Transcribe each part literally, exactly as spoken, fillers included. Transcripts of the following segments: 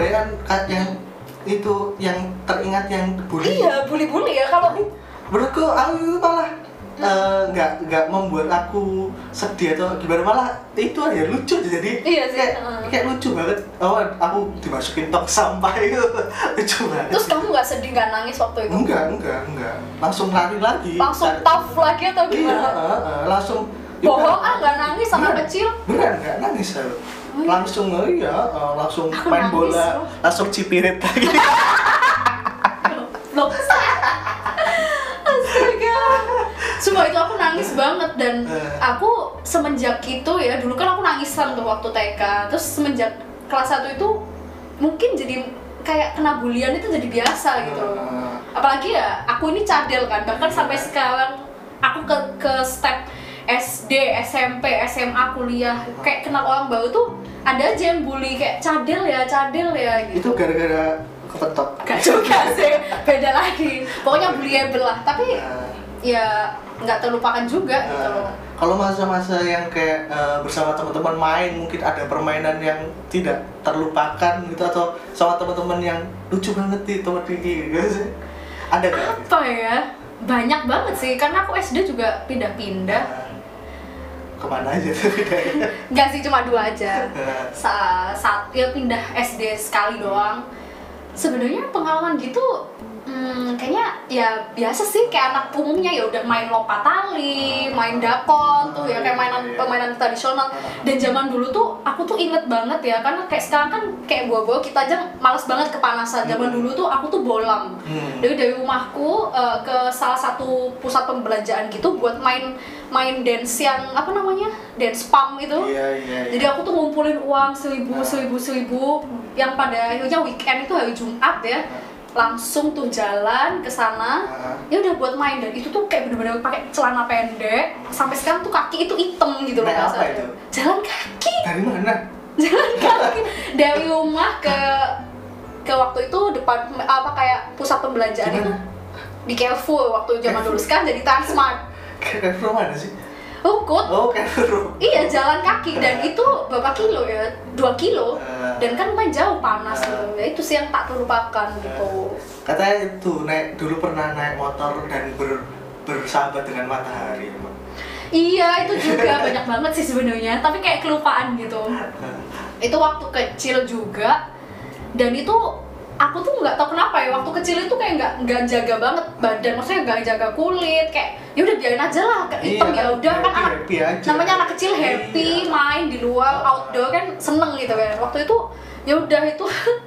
kebanyakan kan yang itu yang teringat yang bully. Iya, bully-bully ya kalau menurutku aku itu malah nggak hmm. uh, nggak membuat aku sedih atau gimana, malah itu aja lucu jadi iya sih, kayak, uh. kayak lucu banget. Oh, aku dimasukin tong sampah itu lucu banget. Terus kamu nggak sedih, nggak nangis waktu itu? Enggak, enggak, enggak. Langsung lari lagi. Langsung tough lagi atau gimana? Iya, uh, uh, langsung. Bohong ah, nggak nangis sama kecil? Beneran nggak nangis aku. Langsung ya, uh, langsung aku main nangis, bola, loh. langsung cipirit lagi. Loh, astaga. Sumpah itu aku nangis banget dan aku semenjak itu ya, dulu kan aku nangisan tuh waktu T K. Terus semenjak kelas satu itu mungkin jadi kayak kena bulian itu jadi biasa gitu. Apalagi ya, aku ini cadel kan, bahkan sampai sekarang aku ke ke step S D, S M P, S M A, kuliah kayak kenal orang baru tuh ada aja yang bully kayak cadel ya, cadel ya gitu. Itu gara-gara kepetok. Gak juga sih, beda lagi. Pokoknya bullyable lah, tapi uh, ya nggak terlupakan juga uh, gitu loh. Kalau masa-masa yang kayak uh, bersama teman-teman main, mungkin ada permainan yang tidak terlupakan gitu, atau sama teman-teman yang lucu banget nih teman Vicky gitu sih. Ada nggak? Apa ya? Banyak banget sih, karena aku S D juga pindah-pindah. Uh, kemana aja tuh pindahnya? Nggak sih, cuma dua aja. Sa saat ya pindah S D sekali doang. Sebenarnya pengalaman gitu hmm, kayaknya ya biasa sih, kayak anak umumnya ya udah main lompat tali, main dakon tuh ya, kayak mainan permainan tradisional. Dan zaman dulu tuh aku tuh inget banget ya, karena kayak sekarang kan kayak gua-gua kita aja males banget kepanasan. Zaman dulu tuh aku tuh bolang dari dari rumahku uh, ke salah satu pusat pembelanjaan gitu buat main main dance yang apa namanya, dance pump itu. Iya, iya, iya. Jadi aku tuh ngumpulin uang seribu seribu seribu yang pada akhirnya weekend itu hari Jumat ya, langsung tuh jalan ke sana. Ya udah buat main, dan itu tuh kayak bener-bener pakai celana pendek sampai sekarang tuh kaki itu hitam gitu loh. Apa itu? Jalan kaki. Dari mana? Jalan kaki dari rumah ke ke waktu itu depan apa kayak pusat pembelanjaan itu di Carrefour waktu zaman dulu, sekarang jadi Transmart. Carrefour mana sih? Rukut. Oh, Carrefour. Iya, jalan kaki, dan itu berapa kilo ya? dua kilo. Dan kan main jauh, panas gitu. Ya itu sih yang tak terlupakan gitu. Katanya itu naik dulu pernah naik motor dan ber, bersahabat dengan matahari, emang. Iya, itu juga banyak banget sih sebenarnya, tapi kayak kelupaan gitu. Itu waktu kecil juga, dan itu aku tuh nggak tahu kenapa ya, waktu kecil itu kayak nggak nggak jaga banget badan, maksudnya nggak jaga kulit, kayak ya udah biarin aja lah, hitam iya, ya udah kan anak namanya anak kecil happy, iya. Main di luar outdoor kan seneng gitu kan. Waktu itu ya udah itu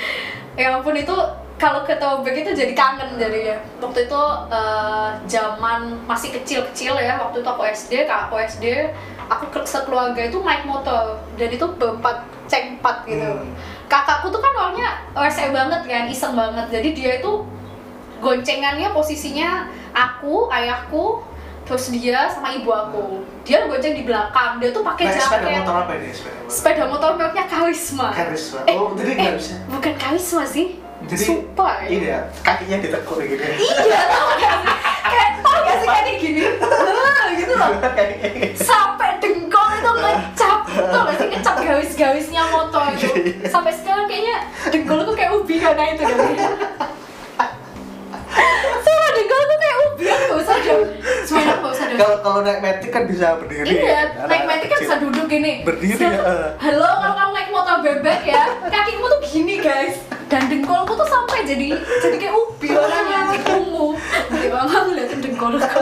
ya ampun, itu kalau ke throwback itu jadi kangen jadinya. Waktu itu uh, zaman masih kecil-kecil ya, waktu itu aku S D, kak aku S D, aku sekeluarga itu naik motor, dan itu berempat cek empat gitu. Hmm. Kakakku tuh kan orangnya rese banget kan, iseng banget. Jadi dia itu goncengannya posisinya aku, ayahku, terus dia sama ibu aku. Dia gonceng di belakang. Dia tuh pakai jaket. Sepeda motor apa ini? Sepeda motor, sepeda motor mereknya Karisma. Karisma. Eh, oh, jadi nggak eh, bisa. Bukan Karisma sih. Jadi Super. Iya, kakinya ditekuk gitu. Iya, tau gak sih? Kayak tau gak sih kayak gini? Gitu loh. Sampai dengkol itu ngecap. Tau gak sih ngecap garis-garisnya motor itu. Sampai sekarang kayaknya dengkolku kayak ubi karena itu kan. Sumpah dengkolku kayak ubi, kan gak usah dong. Semuanya gak usah dong. Kalau kalau naik metik kan bisa berdiri. Iya, naik metik kan bisa duduk gini. Berdiri ya. Halo, kalau kamu naik motor bebek ya, kakimu tuh gini guys. Dan dengkolku tuh sampai jadi jadi kayak ubi orangnya, ungu. Jadi bang aku liatin dengkolku.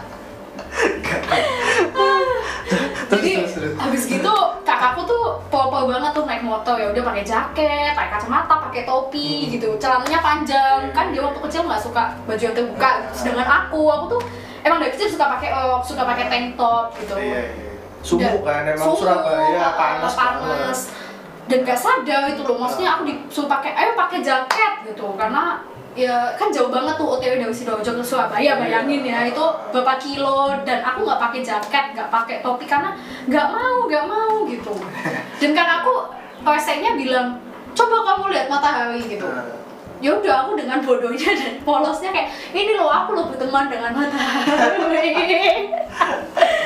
Jadi habis gitu kakakku tuh popo banget tuh naik motor, ya udah pakai jaket, pakai kacamata, pakai topi gitu, celananya panjang. Kan dia waktu kecil nggak suka baju yang terbuka. Sedangkan aku, aku tuh emang dari kecil suka pakai rok, suka pakai tank top gitu. Sumu kan, emang Surabaya panas. Panas. Dan gak sadar itu loh, maksudnya aku disuruh pakai, ayo pakai jaket gitu, karena ya kan jauh banget tuh O T W dari Sidoarjo ke Surabaya, bayangin ya itu berapa kilo, dan aku nggak pakai jaket, nggak pakai topi karena nggak mau, nggak mau gitu. Dan kan aku resenya bilang, coba kamu lihat matahari gitu. Ya udah, aku dengan bodohnya dan polosnya kayak, ini loh aku loh berteman dengan matahari.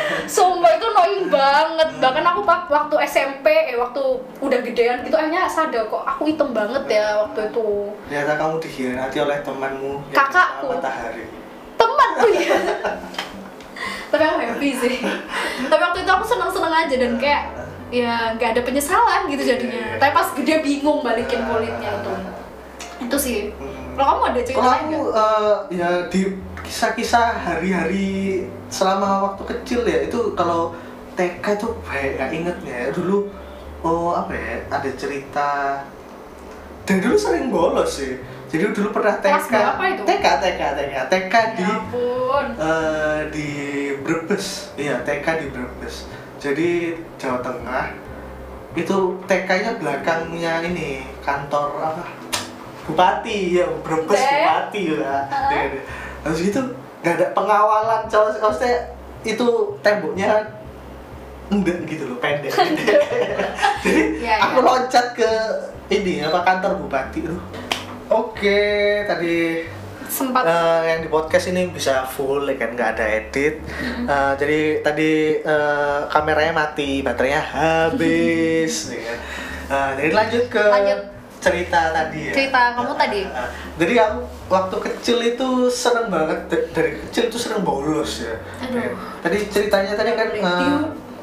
Sumpah itu annoying banget. Bahkan aku pak waktu S M P, eh waktu udah gedean gitu akhirnya sadar kok aku hitam banget ya waktu itu. Ternyata kamu dikhianati oleh temanmu yang Kakakku. bernama Matahari. Teman tuh ya. Tapi aku happy sih. Tapi waktu itu aku senang-senang aja dan kayak ya nggak ada penyesalan gitu jadinya. Tapi pas gede bingung balikin kulitnya itu. Itu sih. Kalau kamu ada cerita Kalau lain aku nggak? uh, ya di kisah-kisah hari-hari selama waktu kecil ya itu kalau T K itu banyak ya ingetnya ya dulu oh apa ya ada cerita dan dulu sering bolos sih jadi dulu pernah T K Kelas berapa itu? T K T K T K T K di Ya ampun. uh, di Brebes iya T K di Brebes jadi Jawa Tengah itu T K-nya belakangnya ini kantor apa Bupati ya Brebes Deh. Bupati ya Hah? habis itu nggak ada pengawalan cowok maksudnya itu temboknya enggak gitu loh pendek jadi Ya, aku ya. loncat ke ini apa kantor bupati loh oke tadi Sempat eh, yang di podcast ini bisa full ya kan nggak ada edit. Eh, jadi tadi eh, kameranya mati baterainya habis ya kan. Eh, jadi lanjut ke Lanjut. cerita tadi ya cerita kamu tadi. Eh, jadi aku waktu kecil itu seneng banget D- dari kecil itu seneng bolos ya. Aduh. Ya. Tadi ceritanya tadi kan eh,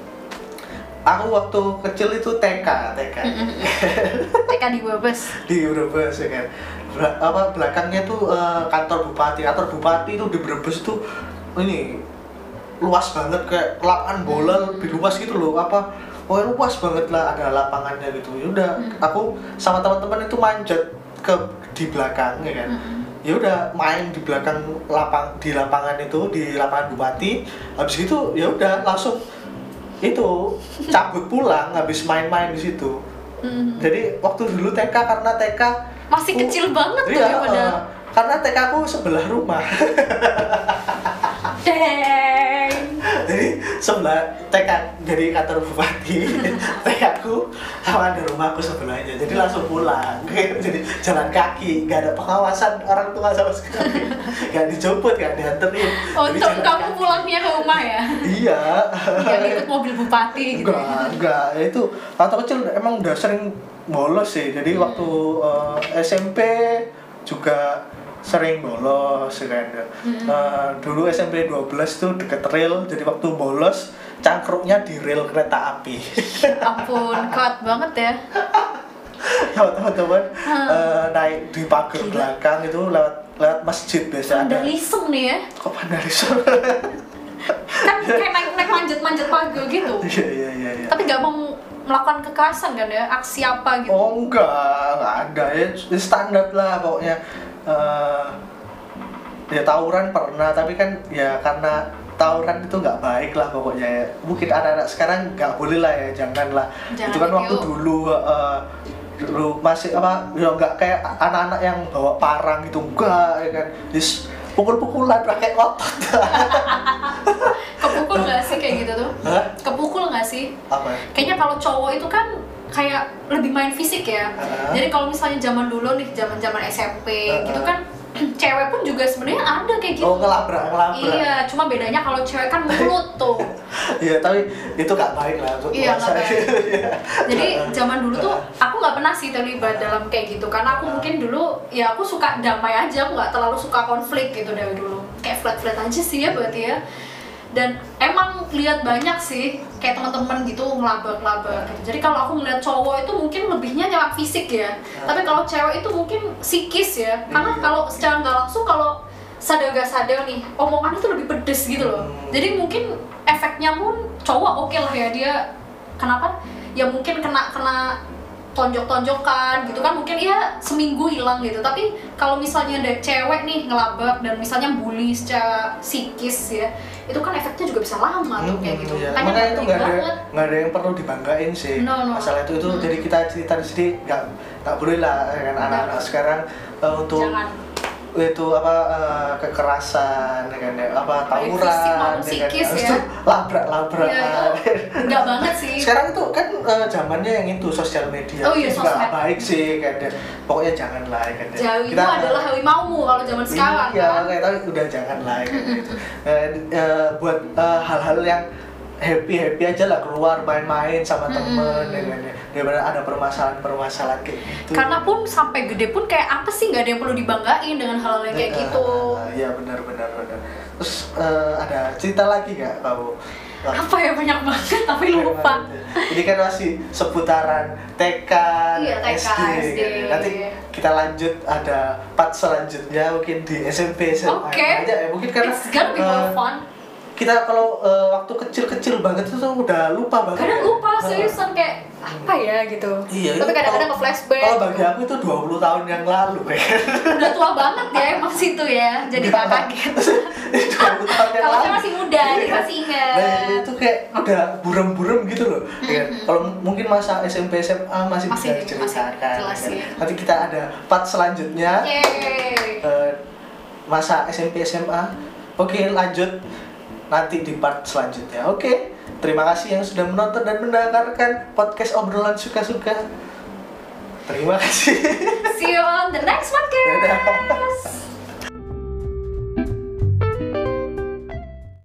aku waktu kecil itu T K T K T K di Brebes. di Brebes ya kan. Bela- apa belakangnya tuh eh, kantor bupati. Kantor bupati itu di Brebes tuh ini luas banget kayak lapangan bola lebih luas gitu loh apa oh luas banget lah ada lapangannya gitu ya udah aku sama teman-teman itu manjat ke di belakang ya kan ya udah main di belakang lapang di lapangan itu di lapangan bupati habis itu ya udah langsung itu cabut pulang habis main-main di situ Mm. jadi waktu dulu T K karena T K Masih aku- kecil banget tuh iya, ya padahal. eh, karena T K aku sebelah rumah Deng. jadi sebelah T K jadi kantor bupati T K aku sama ada rumahku sebelahnya jadi langsung pulang jadi jalan kaki nggak ada pengawasan orang tua sama sekali nggak dijemput nggak dianterin Oh, Jadi untuk jalan kamu kaki. pulangnya ke rumah ya? iya Nggak ikut mobil bupati gitu. enggak enggak itu waktu kecil emang udah sering bolos sih jadi Hmm. waktu eh, S M P juga sering bolos ya kan Hmm. Eh, dulu S M P dua belas tuh deket rel jadi waktu bolos cangkruknya di rel kereta api Ampun, kuat banget ya. sama teman-teman Hmm. eh, naik di pagar Gila. belakang itu lewat lewat masjid biasa ada Vandalisme nih ya. kok vandalisme Kan kayak naik, naik manjat-manjat pagar gitu. iya iya iya iya. Tapi nggak mau melakukan kekerasan kan ya? Aksi apa gitu? Oh enggak, enggak ada ya, ya standar lah pokoknya. Eh, ya tawuran pernah, tapi kan ya karena tawuran itu nggak baik lah pokoknya ya. Mungkin anak-anak sekarang nggak boleh lah ya, jangan lah. Jangan Itu kan gitu. waktu dulu eh, dulu masih apa, ya nggak kayak anak-anak yang bawa parang gitu enggak ya kan. Dis pukul-pukulan pakai otot. Kepukul nggak sih kayak gitu tuh? Hah? Kepukul nggak sih? Apa? Kayaknya kalau cowok itu kan kayak lebih main fisik ya. Uh-huh. Jadi kalau misalnya zaman dulu nih, zaman-zaman S M P Uh-huh. gitu kan, cewek pun juga sebenarnya ada kayak gitu. Oh ngelabrak ngelabrak. Iya, cuma bedanya kalau cewek kan mulut tuh. Iya tapi itu nggak baik lah untuk Iya, nggak dewasa. baik. Jadi zaman dulu tuh aku nggak pernah sih terlibat dalam kayak gitu karena aku mungkin dulu ya aku suka damai aja, aku nggak terlalu suka konflik gitu dari dulu. Kayak flat-flat aja sih ya berarti ya. Dan emang lihat banyak sih kayak teman-teman gitu ngelabrak-labrak gitu. Jadi kalau aku ngeliat cowok itu mungkin lebihnya nyerang fisik ya. Tapi kalau cewek itu mungkin psikis ya. Karena Iya. kalau secara nggak langsung kalau sadar gak sadar nih omongan itu lebih pedes gitu loh. Hmm. Jadi mungkin efeknya pun cowok oke lah ya dia kenapa? Ya mungkin kena kena tonjok-tonjokan gitu kan mungkin ya seminggu hilang gitu. Tapi kalau misalnya ada cewek nih ngelabrak dan misalnya bully secara psikis ya, itu kan efeknya juga bisa lama tuh kayak gitu. Iya. Makanya Makanya itu penting nggak ada banget. nggak ada yang perlu dibanggain sih No, no. masalah itu itu Hmm. jadi kita cerita di sini nggak nggak boleh lah ya kan anak-anak sekarang eh, untuk Jangan. itu apa eh, kekerasan ya kan ya, apa Baik tawuran fisik maupun ya kan psikis Habis ya. itu labrak-labrak Iya, itu enggak banget sih. sekarang itu kan eh, zamannya yang itu sosial media Oh iya, itu juga sosmed. nggak baik sih kan ya. Pokoknya jangan lah ya kan ya. Jauhimu adalah harimaumu kalau zaman sekarang iya, kan. kayak tapi udah jangan lah ya kan gitu. Eh, eh, buat eh, hal-hal yang happy happy aja lah, keluar main-main sama Hmm. temen dengan daripada ada permasalahan-permasalahan kayak gitu. Karena pun sampai gede pun kayak apa sih, nggak ada yang perlu dibanggain dengan hal-hal yang kayak gitu. Iya benar benar benar. Terus eh, ada cerita lagi nggak kamu? Apa ya, banyak banget tapi lupa. Ini kan masih seputaran T K, Iya, T K, S D, S D. gitu. Nanti kita lanjut ada part selanjutnya mungkin di S M P S M A Oke. aja ya, mungkin karena It's gonna be more eh, fun. kita kalau eh, waktu kecil-kecil banget itu tuh udah lupa banget. Kadang ya. lupa Eh, seriusan kayak apa ya gitu. Iya, Tapi itu kadang-kadang kalau- ke flashback. Kalau bagi aku itu dua puluh tahun yang lalu ya. Udah tua banget ya emang situ ya. Jadi nggak kaget. dua puluh tahun yang Kalau lalu. saya masih muda, jadi Iya. masih ingat. Nah, itu kayak udah burem-burem gitu loh. Ya, kalau m- mungkin masa S M P S M A masih, Masih, bisa diceritakan. masih jelas ya. sih. Nanti kita ada part selanjutnya. Yeay. eh, masa S M P S M A. Oke, lanjut nanti di part selanjutnya. Oke. Terima kasih yang sudah menonton dan mendengarkan podcast obrolan suka-suka. Terima kasih. See you on the next one.